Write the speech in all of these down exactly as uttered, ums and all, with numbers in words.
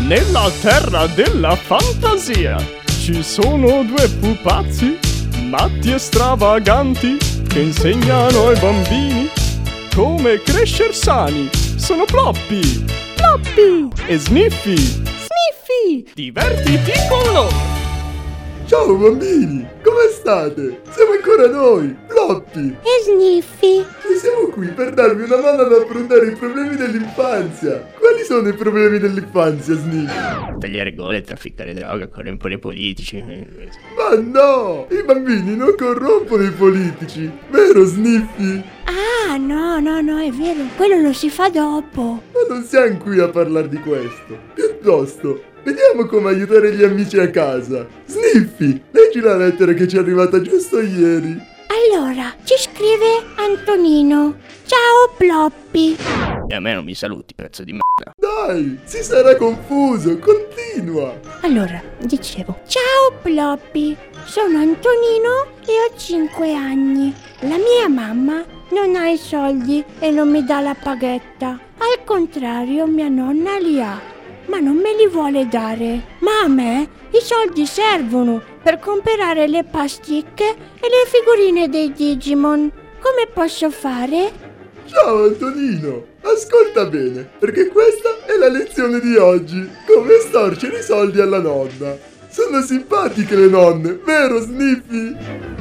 Nella terra della fantasia ci sono due pupazzi matti e stravaganti che insegnano ai bambini come crescer sani. Sono Ploppy, Ploppy e Sniffy, Sniffy. Divertiti con loro. Ciao bambini, come state? Siamo ancora noi, Ploppy e Sniffy. E siamo qui per darvi una mano ad affrontare i problemi dell'infanzia. Quali sono i problemi dell'infanzia, Sniffy? Tagliare gole, trafficare droga, corrompere i politici. Ma no! I bambini non corrompono i politici, vero Sniffy? Ah, no, no, no, è vero, quello lo si fa dopo. Ma non siamo qui a parlare di questo. Piuttosto, vediamo come aiutare gli amici a casa. Sniffy, leggi la lettera che ci è arrivata giusto ieri. Allora, ci scrive Antonino. Ciao Ploppy. E a me non mi saluti, pezzo di merda. Dai, si sarà confuso, continua. Allora, dicevo, ciao Ploppy, sono Antonino e ho cinque anni. La mia mamma non ha i soldi e non mi dà la paghetta. Al contrario, mia nonna li ha, ma non me li vuole dare. Ma a me i soldi servono per comprare le pasticche e le figurine dei Digimon. Come posso fare? Ciao Antonino, ascolta bene, perché questa è la lezione di oggi. Come storcere i soldi alla nonna. Sono simpatiche le nonne, vero Sniffy?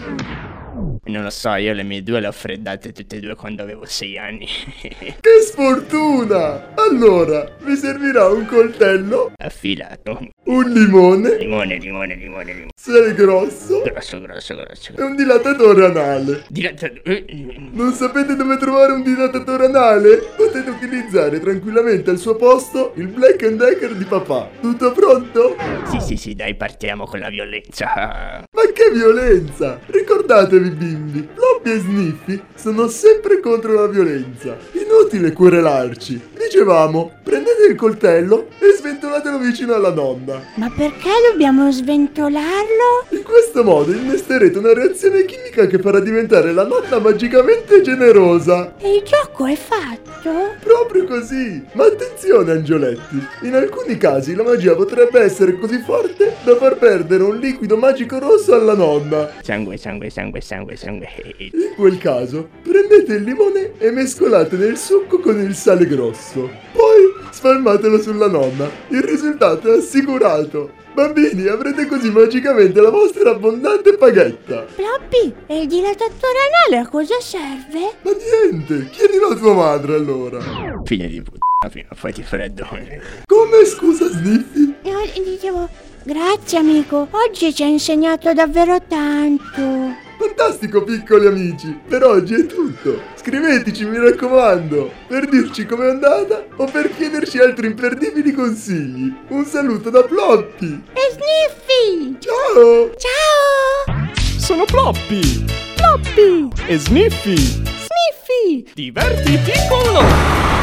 Non lo so, io le mie due le ho freddate tutte e due quando avevo sei anni. Che sfortuna! Allora, vi servirà un coltello Affilato. Un limone Limone, limone, limone, limone. Sale grosso Grosso, grosso, grosso. E un dilatatore anale. Dilatatore. Non sapete dove trovare un dilatatore anale? Potete utilizzare tranquillamente al suo posto il Black and Decker di papà. Tutto pronto? Sì, sì, sì, dai, partiamo con la violenza. Ma che violenza! Ricordatevi bimbi, Ploppy e Sniffy sono sempre contro la violenza. Inutile querelarci. Dicevamo, prendete il coltello e sventolatelo vicino alla nonna. Ma perché dobbiamo sventolarlo? In questo modo innesterete una reazione chimica che farà diventare la nonna magicamente generosa. E il gioco è fatto? Proprio così. Ma attenzione Angioletti, in alcuni casi la magia potrebbe essere così forte da far perdere un liquido magico rosso alla nonna. Sangue, sangue, sangue, sangue, sangue. In quel caso prendete il limone e mescolate nel succo con il sale grosso. Poi spalmatelo sulla nonna. Il risultato è assicurato. Bambini, avrete così magicamente la vostra abbondante paghetta. Ploppy, e il dilatatore anale a cosa serve? Ma niente, chiedilo a tua madre allora. Figlia di puttana, prima o poi ti freddo. Come, scusa Sniffy? Io dicevo, grazie amico, oggi ci hai insegnato davvero tanto. Fantastico piccoli amici, per oggi è tutto. Scriveteci mi raccomando, per dirci com'è andata o per chiederci altri imperdibili consigli. Un saluto da Ploppy e Sniffy. Ciao. Ciao. Sono Ploppy, Ploppy e Sniffy, Sniffy. divertiti con loro.